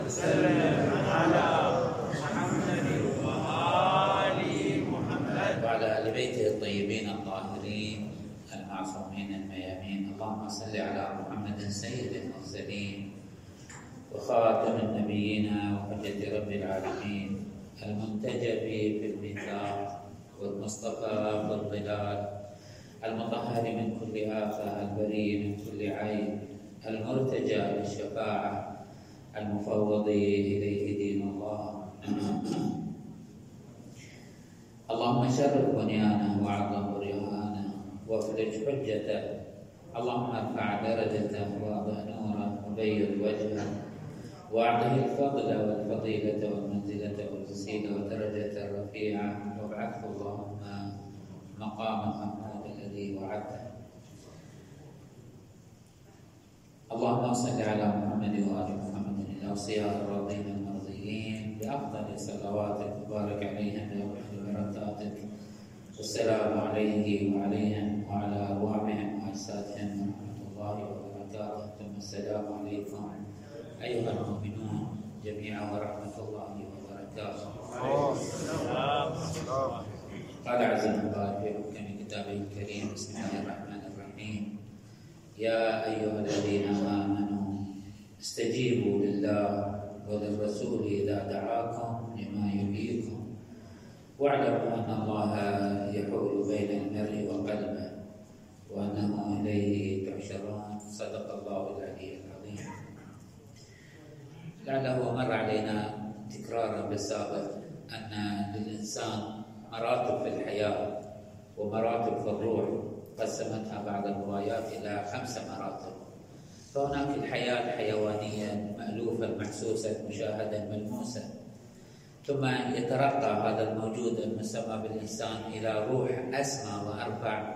وسلم على محمد وآل محمد وعلى آل بيته الطيبين الطاهرين المعصومين الميامين. اللهم صل على محمد سيد المرسلين وخاتم النبيين وحجة رب العالمين المنتجب في الميثاق والمصطفى في الظلال المطهر من كل آفة البريء من كل عيب المرتجى بالشفاعة المفوض إليه دين الله. اللهم شرف بنيانه وعظم برهانه وافرج حجته. اللهم ارفع درجته واضح نوره وبيض وجهه واعطه الفضل والفضيلة والمنزلة والوسيلة والدرجة الرفيعة وابعثه اللهم مقام محمود الذي وعدته. اللهم صل على محمد وآل محمد الأوصياء الراضين المرضيين بأفضل صلواتك وبارك عليهم بأفضل بركاتك والسلام عليه وعليهم وعلى أرواحهم وأجسادهم ورحمة الله وبركاته. ثم السلام عليكم أيها المؤمنون جميعا ورحمة الله وبركاته. قال عز وجل في حكم كتابه الكريم بسم الله الرحمن الرحيم يا أيها الذين آمنوا استجيبوا لله وللرسول إذا دعاكم لما يحييكم واعلموا أن الله يحول بين المرء وقلبه وأنه إليه تحشرون. صدق الله العلي العظيم. لعله مر علينا تكرارا بالسابق أن للإنسان مراتب في الحياة ومراتب في الروح قسمتها بعض الروايات إلى 5 مراتب. فهناك الحياة الحيوانية المألوفة المحسوسة المشاهدة الملموسة، ثم يترقى هذا الموجود المسمى بالإنسان إلى روح أسمى وأرفع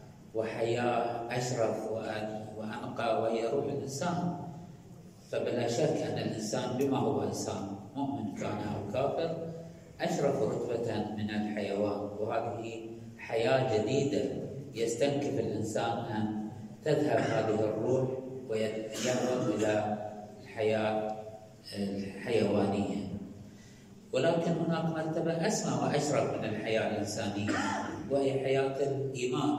وحياة أشرف وأنقى وهي روح الإنسان. فبلا شك أن الإنسان بما هو إنسان مؤمن كان أو كافر أشرف رتبة من الحيوان، وهذه حياة جديدة يستنكف الإنسان أن تذهب هذه الروح ويهرب إلى الحياة الحيوانية. ولكن هناك مرتبة أسمى وأشرف من الحياة الإنسانية وهي حياة الإيمان.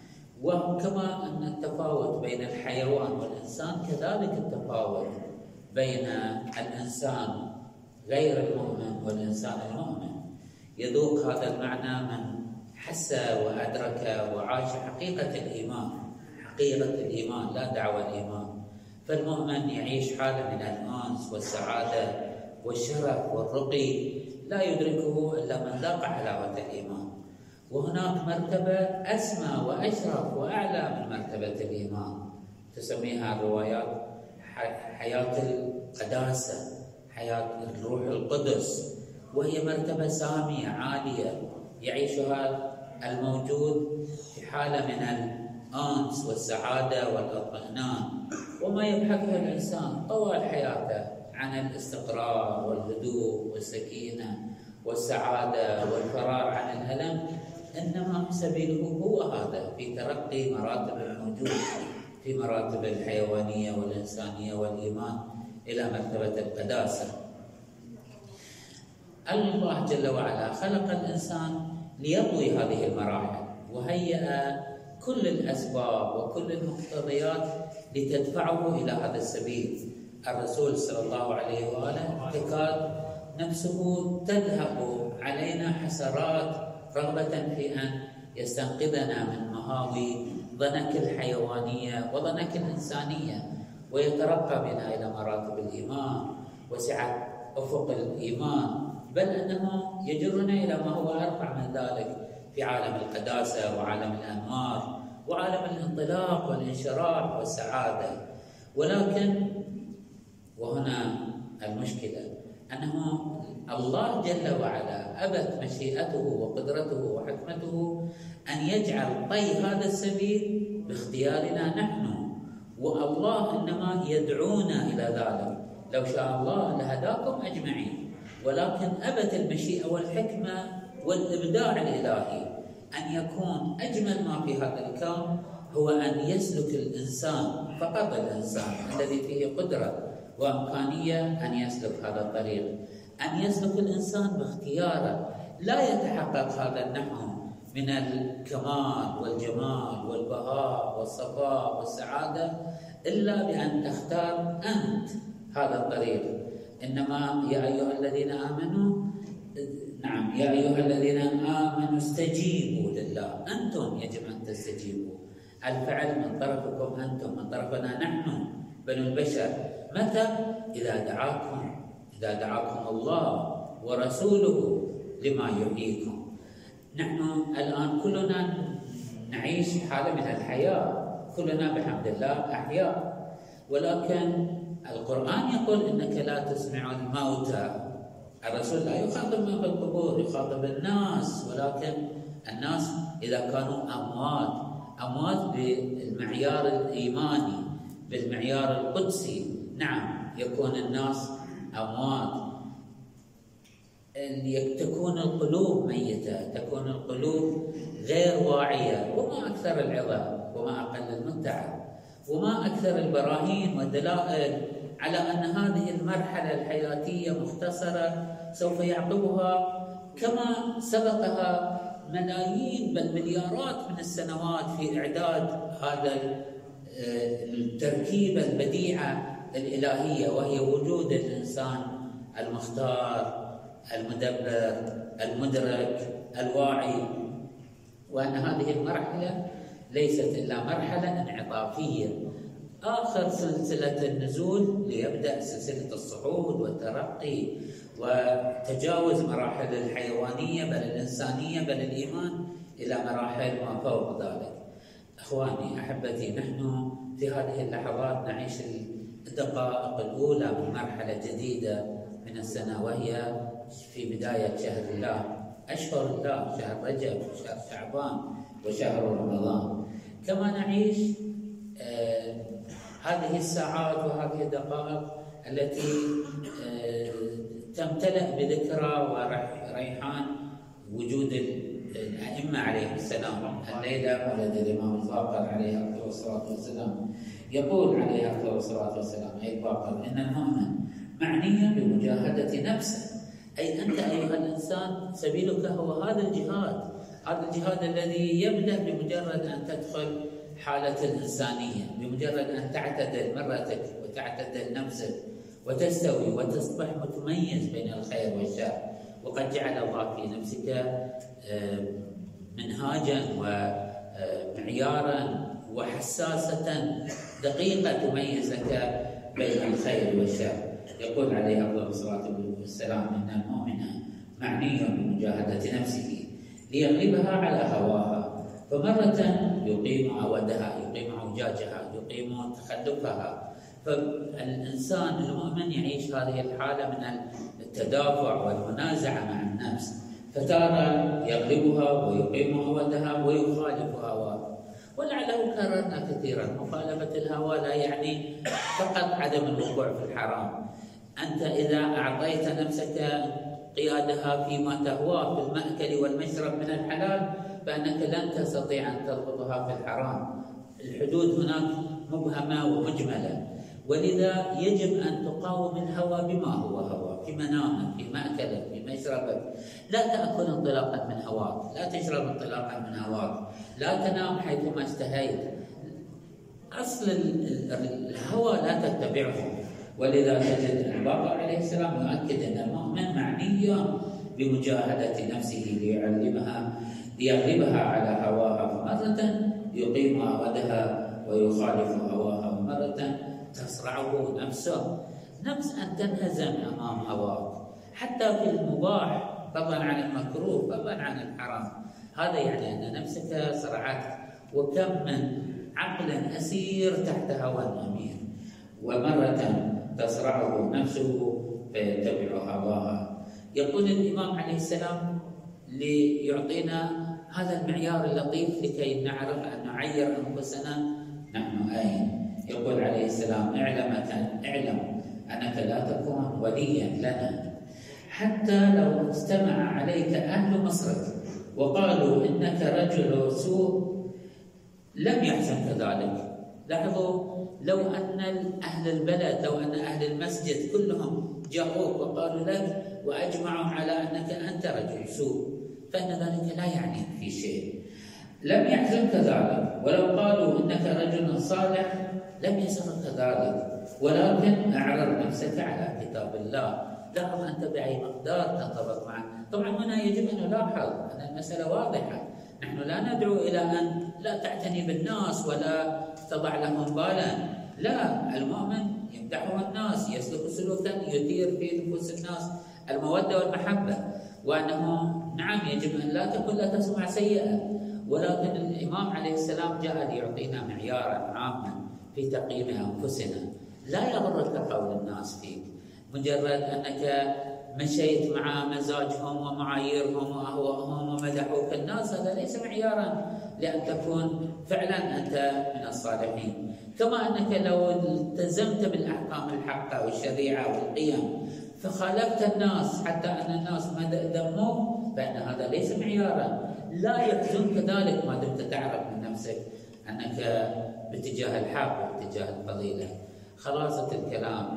وكما أن التفاوت بين الحيوان والإنسان كذلك التفاوت بين الإنسان غير المؤمن والإنسان المؤمن. يذوق هذا المعنى من حس وأدرك وعاش حقيقة الإيمان، حقيقة الإيمان لا دعوى الإيمان. فالمؤمن يعيش حالة من الأنس والسعادة والشرف والرقي لا يدركه إلا من ذاق حلاوة الإيمان. وهناك مرتبة أسمى وأشرف وأعلى من مرتبة الإيمان تسميها الروايات حياة القداسة، حياة الروح القدس، وهي مرتبة سامية عالية يعيشها الموجود في حالة من الأنس والسعادة والاطمئنان. وما يبحثه الإنسان طوال حياته عن الاستقرار والهدوء والسكينة والسعادة والفرار عن الألم، إنما سبيله هو هذا في ترقي مراتب الموجود في مراتب الحيوانية والإنسانية والإيمان إلى مرتبة القداسة. الله جل وعلا خلق الإنسان ليطوي هذه المراحل وهيأ كل الأسباب وكل المقتضيات لتدفعه إلى هذا السبيل. الرسول صلى الله عليه وآله تكاد نفسه تذهب علينا حسرات رغبة في أن يستنقذنا من مهاوي ضنك الحيوانية وضنك الإنسانية ويترقى بنا إلى مراتب الإيمان وسعة أفق الإيمان، بل أنه يجرنا إلى ما هو أرفع من ذلك في عالم القداسة وعالم الأنوار وعالم الانطلاق والانشراح والسعادة. ولكن وهنا المشكلة أنه الله جل وعلا أبت مشيئته وقدرته وحكمته أن يجعل طي هذا السبيل باختيارنا نحن، والله إنما يدعونا إلى ذلك. لو شاء الله لهداكم أجمعين، ولكن أبت المشيئة والحكمة والإبداع الإلهي أن يكون أجمل ما في هذا الكون هو أن يسلك الإنسان، فقط الإنسان الذي فيه قدرة وإمكانية أن يسلك هذا الطريق، أن يسلك الإنسان باختياره. لا يتحقق هذا النحو من الكمال والجمال والبهاء والصفاء والسعادة إلا بأن تختار أنت هذا الطريق. إنما يا أيها الذين آمنوا، نعم، يا أيها الذين آمنوا استجيبوا لله. أنتم يجب أن تستجيبوا. الفعل من طرفكم أنتم، من طرفنا نحن بنو البشر. متى؟ إذا دعاكم الله ورسوله لما يحييكم. نحن الآن كلنا نعيش حالة من الحياة، كلنا بحمد الله أحياء، ولكن القرآن يقول إنك لا تسمع الموتى. الرسول لا يخاطب من في القبور، يخاطب الناس، ولكن الناس إذا كانوا أموات بالمعيار الإيماني، بالمعيار القدسي، نعم يكون الناس أموات. تكون القلوب ميتة، تكون القلوب غير واعية. وما أكثر العظة وما أقل المتعة وما أكثر البراهين والدلائل على أن هذه المرحلة الحياتية مختصرة، سوف يعقبها كما سبقها ملايين بل مليارات من السنوات في إعداد هذا التركيبة البديعة الإلهية، وهي وجود الإنسان المختار المدبر المدرك الواعي. وأن هذه المرحلة ليست إلا مرحلة انعطافية، آخر سلسلة النزول ليبدأ سلسلة الصعود والترقي وتجاوز مراحل الحيوانية بل الإنسانية بل الإيمان إلى مراحل ما فوق ذلك. أخواني أحبتي، نحن في هذه اللحظات نعيش الدقائق الأولى من مرحلة جديدة من السنة، وهي في بداية شهر الله، أشهر الله، شهر رجب، شهر شعبان، وشهر رمضان. كما نعيش هذه الساعات وهذه الدقائق التي تمتلئ بذكرى وريحان وجود الأئمة عليهم السلام. الليلة ولد الإمام الباقر عليه أفضل الصلاة والسلام، يقول عليه أفضل الصلاة والسلام أي الباقر: إن المؤمن معني بمجاهدة نفسه. أي أنت أيها الإنسان سبيلك هو هذا الجهاد، هذا الجهاد الذي يبدأ بمجرد أن تدخل حالة الإنسانية، بمجرد أن تعتدل مرتك وتعتدل نفسك وتستوي وتصبح متميز بين الخير والشر. وقد جعل الله في نفسك منهاجا ومعيارا وحساسة دقيقة تميزك بين الخير والشر. يقول عليه أفضل الصلاة والسلام: إن المؤمن معني بمجاهدة نفسه ليغلبها على هواها، فمرة يقيم عودها، يقيم عوجاجها، يقيم تخلفها. فالإنسان المؤمن يعيش هذه الحالة من التدافع والمنازعة مع النفس، فتارة يغلبها ويقيم عودها ويخالف هواها. ولعله كررنا كثيرا: مخالفة الهوى لا يعني فقط عدم الوقوع في الحرام. أنت إذا أعطيت نفسك قيادها فيما تهواه في المأكل والمشرب من الحلال، فإنك لن تستطيع أن تضبطها في الحرام. الحدود هناك مبهمة ومجملة، ولذا يجب أن تقاوم الهوى بما هو هوى، في منامك، في مأكلك، في مشربك. لا تأكل انطلاقا من هواك، لا تشرب انطلاقا من هواك، لا تنام حيثما اشتهيت. أصل الهوى لا تتبعه. ولذا تجد الباقر عليه السلام يؤكد أن المؤمن معني بمجاهدة نفسه ليغلبها على هواها، فمرة يقيم عودها ويخالف هواها، ومرة تصرعه نفسه، نفس أن تنهزم أمام هواك حتى في المباح، فضلا عن المكروه، فضلا عن الحرام. هذا يعني أن نفسك صرعتك. وكم من عقل أسير تحت هوى أمير، ومرة تصرعه نفسه فيتبع هواها. يقول الإمام عليه السلام ليعطينا هذا المعيار اللطيف لكي نعرف أن نعير أنفسنا نحن أين. يقول عليه السلام: اعلم أنك لا تكون وليا لنا حتى لو استمع عليك أهل مصرك وقالوا إنك رجل سوء لم يحسن كذلك. لاحظوا، لو أن أهل البلد، لو أن أهل المسجد كلهم جاءوك وقالوا لك وأجمعوا على أنك أنت رجل سوء، فإن ذلك لا يعني في شيء. لم يحزنك ذلك، ولو قالوا إنك رجل صالح لم يسرك ذلك، ولكن أعرض نفسك على كتاب الله. لاحظ أنت بأي مقدار تنطبق معه. طبعا هنا يجب أن نلاحظ أن المسألة واضحة، نحن لا ندعو إلى أن لا تعتني بالناس ولا تضع لهم بالا، لا، المؤمن يمدحه الناس، يسلك سلوكا يثير في نفوس الناس المودة والمحبة، وأنه نعم يجب أن لا تكون لا تسمع سيئة، ولكن الإمام عليه السلام جاء ليعطينا معيارا عاما في تقييم أنفسنا. لا يغرك قول الناس فيك، مجرد أنك مشيت مع مزاجهم ومعاييرهم وأهواءهم ومدحوك الناس، هذا ليس معيارا لأن تكون فعلا أنت من الصالحين. كما أنك لو التزمت بالأحكام الحقة والشريعة والقيم فخالفت الناس حتى أن الناس ما ذموك، فإن هذا ليس معيارا. لا يحزنك ذلك ما دمت تعرف من نفسك أنك باتجاه الحق واتجاه الفضيلة. خلاصة الكلام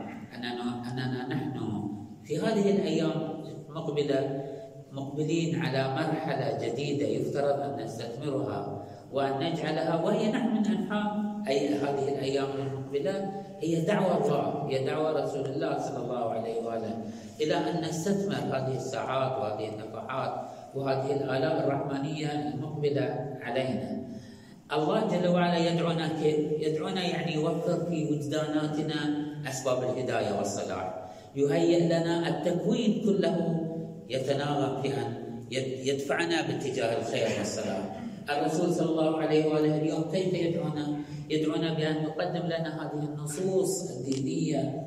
أننا نحن في هذه الأيام المقبلة مقبلين على مرحلة جديدة يفترض أن نستثمرها وأن نجعلها، وهي نحن من أنحاء هذه الأيام المقبلة هي دعوة الله، هي دعوة رسول الله صلى الله عليه وآله إلى أن نستثمر هذه الساعات وهذه النفحات وهذه الآلاء الرحمانية المقبلة علينا. الله جل وعلا يدعونا يدعونا يعني يوفر في وجداناتنا أسباب الهداية والصلاح، يهيئ لنا التكوين كله يتناغم في أن يدفعنا باتجاه الخير والصلاح. الرسول صلى الله عليه وآله اليوم كيف يدعونا بأن نقدم لنا هذه النصوص الدينية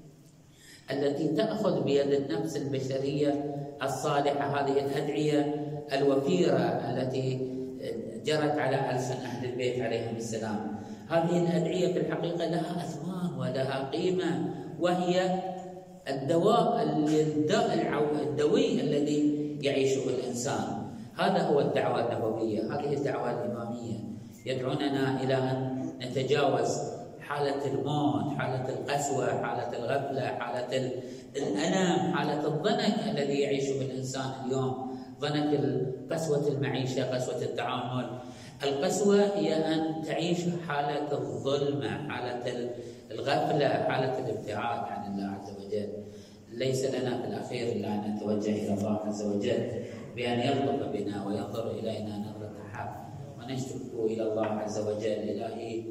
التي تأخذ بيد النفس البشرية الصالحة، هذه الأدعية الوفيرة التي جرت على ألسن أهل البيت عليهم السلام. هذه الأدعية في الحقيقة لها أثمان ولها قيمة، وهي الدواء الدوي الذي يعيشه الإنسان. هذا هو الدعوة النبوية، هذه الدعوة الإمامية. يدعوننا إلى أن نتجاوز حالة الموت، حالة القسوة، حالة الغفلة، حالة الألم، حالة الضنك الذي يعيشه الإنسان اليوم، ضنك قسوة المعيشة، قسوة التعامل. القسوة هي أن تعيش حالة الظلمة، حالة الغفلة، حالة الابتعاد عن الله عز وجل. ليس لنا في الأخير إلا أن نتوجه إلى الله عز وجل بأن يلطف بنا وينظر إلينا نظرة حق، ونشتكو إلى الله عز وجل: إلهي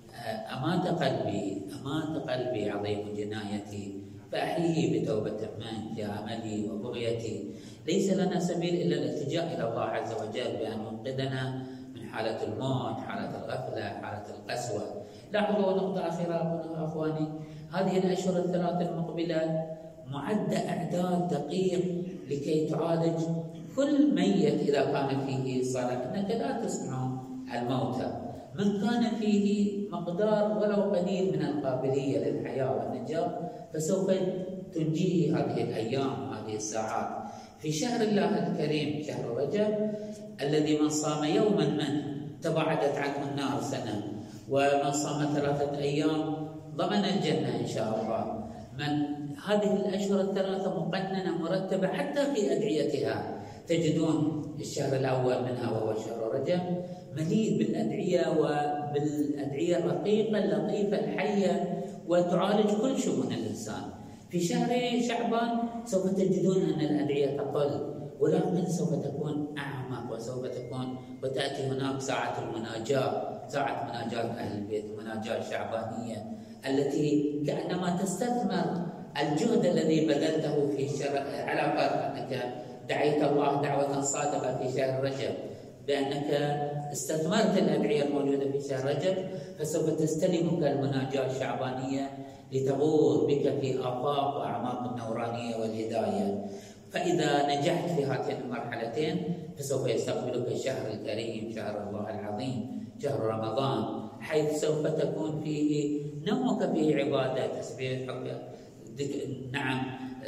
أمات قلبي عظيم جنايتي، فأحييه بتوبة منك يا أملي وبغيتي. ليس لنا سبيل إلا الالتجاء إلى الله عز وجل بأن ينقذنا من حالة الموت، حالة الغفلة، حالة القسوة. لاحظوا نقطة أخيرة أخواني، هذه الأشهر الثلاث المقبلة معدة إعداد دقيق لكي تعالج كل ميت إذا كان فيه صلاح. إنك لا تسمع الموتى، من كان فيه مقدار ولو قليل من القابلية للحياة والنجاة فسوف تنجيه هذه الأيام، هذه الساعات. في شهر الله الكريم شهر رجب الذي من صام يوما منه تباعدت عنه النار سنة، ومن صام 3 أيام ضمن الجنة إن شاء الله. من هذه الأشهر الثلاثة مقننة مرتبة حتى في أدعيتها. تجدون الشهر الأول منها وهو شهر رجب مليء بالأدعية، وبالأدعية الرقيقة اللطيفة الحية وتعالج كل شؤون الإنسان. في شهر شعبان سوف تجدون أن الأدعية تقل، ولكن سوف تكون أعمق، وسوف تكون وتأتي هناك ساعة المناجاة، ساعة مناجاة أهل البيت، مناجاة شعبانية التي كأنما تستثمر الجهد الذي بذلته في على فرض أنك دعيت الله دعوة صادقة في شهر رجب، بأنك استثمرت الأدعية الموجودة في شهر رجب، فسوف تستلمك المناجاة الشعبانية لتغوص بك في آفاق وأعماق النورانية والهداية. فإذا نجحت في هاتين المرحلتين فسوف يستقبلك الشهر الكريم، شهر الله العظيم، شهر رمضان، حيث سوف تكون فيه نومك فيه عبادة، تسبيح، نعم،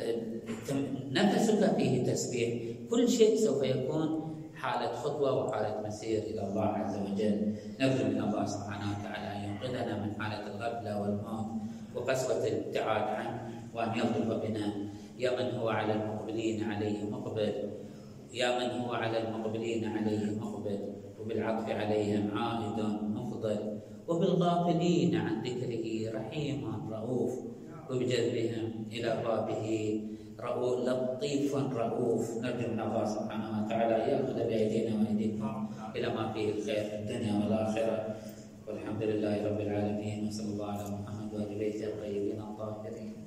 نفسك فيه تسبيح، كل شيء سوف يكون حالة خطوة وحالة مسير إلى الله عز وجل. نرجو من الله سبحانه وتعالى ينقذنا من حالة الغفلة والموت وقسوة الابتعاد عنه، وأن يلطف بنا. يا من هو على المقبلين عليه مقبل، يا من هو على المقبلين عليه مقبل، وبالعطف عليهم عائد مفضل، وبالغافلين عن ذكره رحيم رؤوف، وبجذبهم إلى بابه لطيف رؤوف. نرجو من الله سبحانه وتعالى يأخذ بأيدينا وأيديكم إلى ما فيه الخير في الدنيا والآخرة، والحمد لله رب العالمين، وصلى الله على محمد وآل بيته الطيبين الطاهرين.